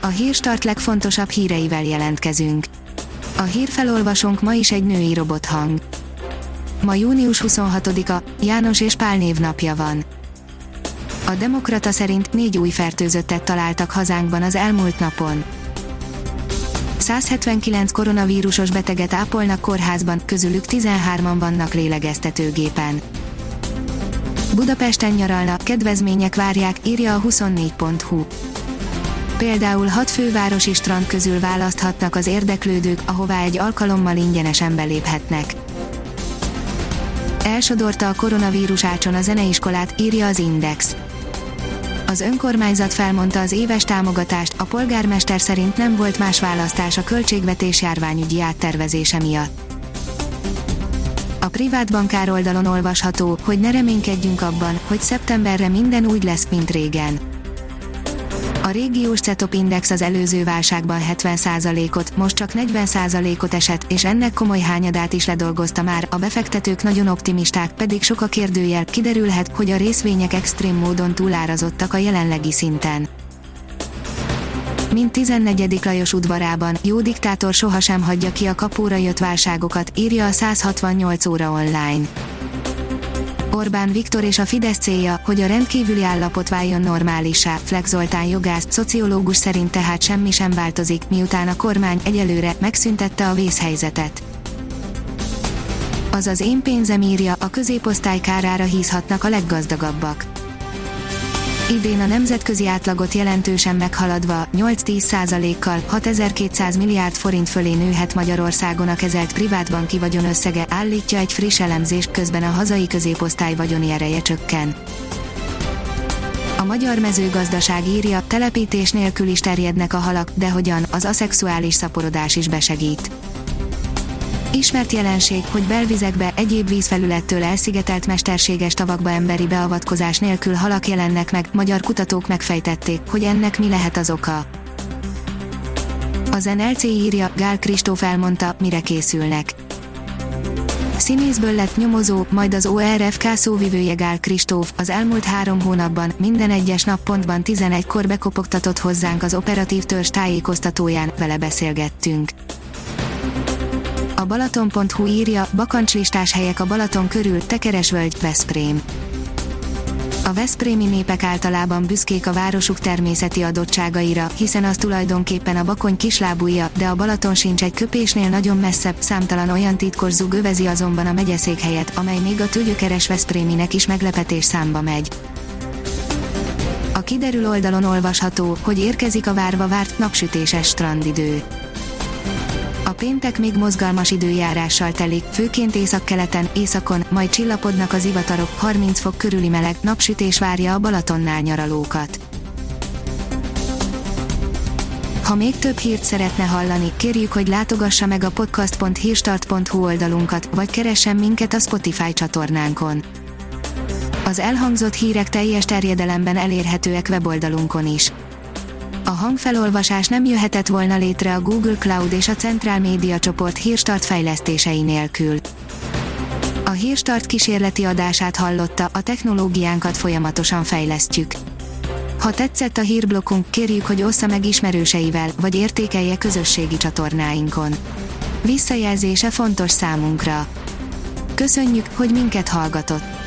A Hírstart legfontosabb híreivel jelentkezünk. A hírfelolvasónk ma is egy női robothang. Ma június 26-a, János és Pál névnapja van. A Demokrata szerint 4 új fertőzöttet találtak hazánkban az elmúlt napon. 179 koronavírusos beteget ápolnak kórházban, közülük 13-an vannak lélegeztetőgépen. Budapesten nyaralna, kedvezmények várják, írja a 24.hu. Például 6 fővárosi strand közül választhatnak az érdeklődők, ahová egy alkalommal ingyenesen beléphetnek. Elsodorta a koronavírus ácson a zeneiskolát, írja az Index. Az önkormányzat felmondta az éves támogatást, a polgármester szerint nem volt más választás a költségvetés járványügyi áttervezése miatt. A privát bankár oldalon olvasható, hogy ne reménykedjünk abban, hogy szeptemberre minden úgy lesz, mint régen. A régiós CETOP index az előző válságban 70%-ot, most csak 40%-ot esett, és ennek komoly hányadát is ledolgozta már, a befektetők nagyon optimisták, pedig sok a kérdőjel, kiderülhet, hogy a részvények extrém módon túlárazottak a jelenlegi szinten. Mint 14. Lajos udvarában, jó diktátor sohasem hagyja ki a kapóra jött válságokat, írja a 168 óra online. Orbán Viktor és a Fidesz célja, hogy a rendkívüli állapot váljon normálissá, Fleck Zoltán jogász, szociológus szerint tehát semmi sem változik, miután a kormány egyelőre megszüntette a vészhelyzetet. Azaz én pénzem, írja, a középosztály kárára hízhatnak a leggazdagabbak. Idén a nemzetközi átlagot jelentősen meghaladva, 8-10%-kal, 6200 milliárd forint fölé nőhet Magyarországon a kezelt privátbanki vagyon összege, állítja egy friss elemzés, közben a hazai középosztály vagyoni ereje csökken. A magyar mezőgazdaság írja, telepítés nélkül is terjednek a halak, de hogyan, az aszexuális szaporodás is besegít. Ismert jelenség, hogy belvizekbe, egyéb vízfelülettől elszigetelt mesterséges tavakba emberi beavatkozás nélkül halak jelennek meg, magyar kutatók megfejtették, hogy ennek mi lehet az oka. Az NLC írja, Gál Kristóf elmondta, mire készülnek. Színészből lett nyomozó, majd az ORFK szóvivője Gál Kristóf, az elmúlt 3 hónapban, minden egyes nappontban 11-kor bekopogtatott hozzánk az operatív törzs tájékoztatóján, vele beszélgettünk. A Balaton.hu írja, bakancslistás helyek a Balaton körül, Tekeresvölgy, Veszprém. A veszprémi népek általában büszkék a városuk természeti adottságaira, hiszen az tulajdonképpen a Bakony kislábúja, de a Balaton sincs egy köpésnél nagyon messzebb, számtalan olyan titkos zug övezi azonban a megyeszékhelyet, amely még a tőgyökeres veszpréminek is meglepetés számba megy. A Kiderül oldalon olvasható, hogy érkezik a várva várt napsütéses strandidő. A péntek még mozgalmas időjárással telik, főként északkeleten, északon, majd csillapodnak az ivatarok, 30 fok körüli meleg, napsütés várja a Balatonnál nyaralókat. Ha még több hírt szeretne hallani, kérjük, hogy látogassa meg a podcast.hírstart.hu oldalunkat, vagy keressen minket a Spotify csatornánkon. Az elhangzott hírek teljes terjedelemben elérhetőek weboldalunkon is. A hangfelolvasás nem jöhetett volna létre a Google Cloud és a Centrál Média csoport Hírstart fejlesztései nélkül. A Hírstart kísérleti adását hallotta, a technológiánkat folyamatosan fejlesztjük. Ha tetszett a hírblokkunk, kérjük, hogy ossza meg ismerőseivel, vagy értékelje közösségi csatornáinkon. Visszajelzése fontos számunkra. Köszönjük, hogy minket hallgatott!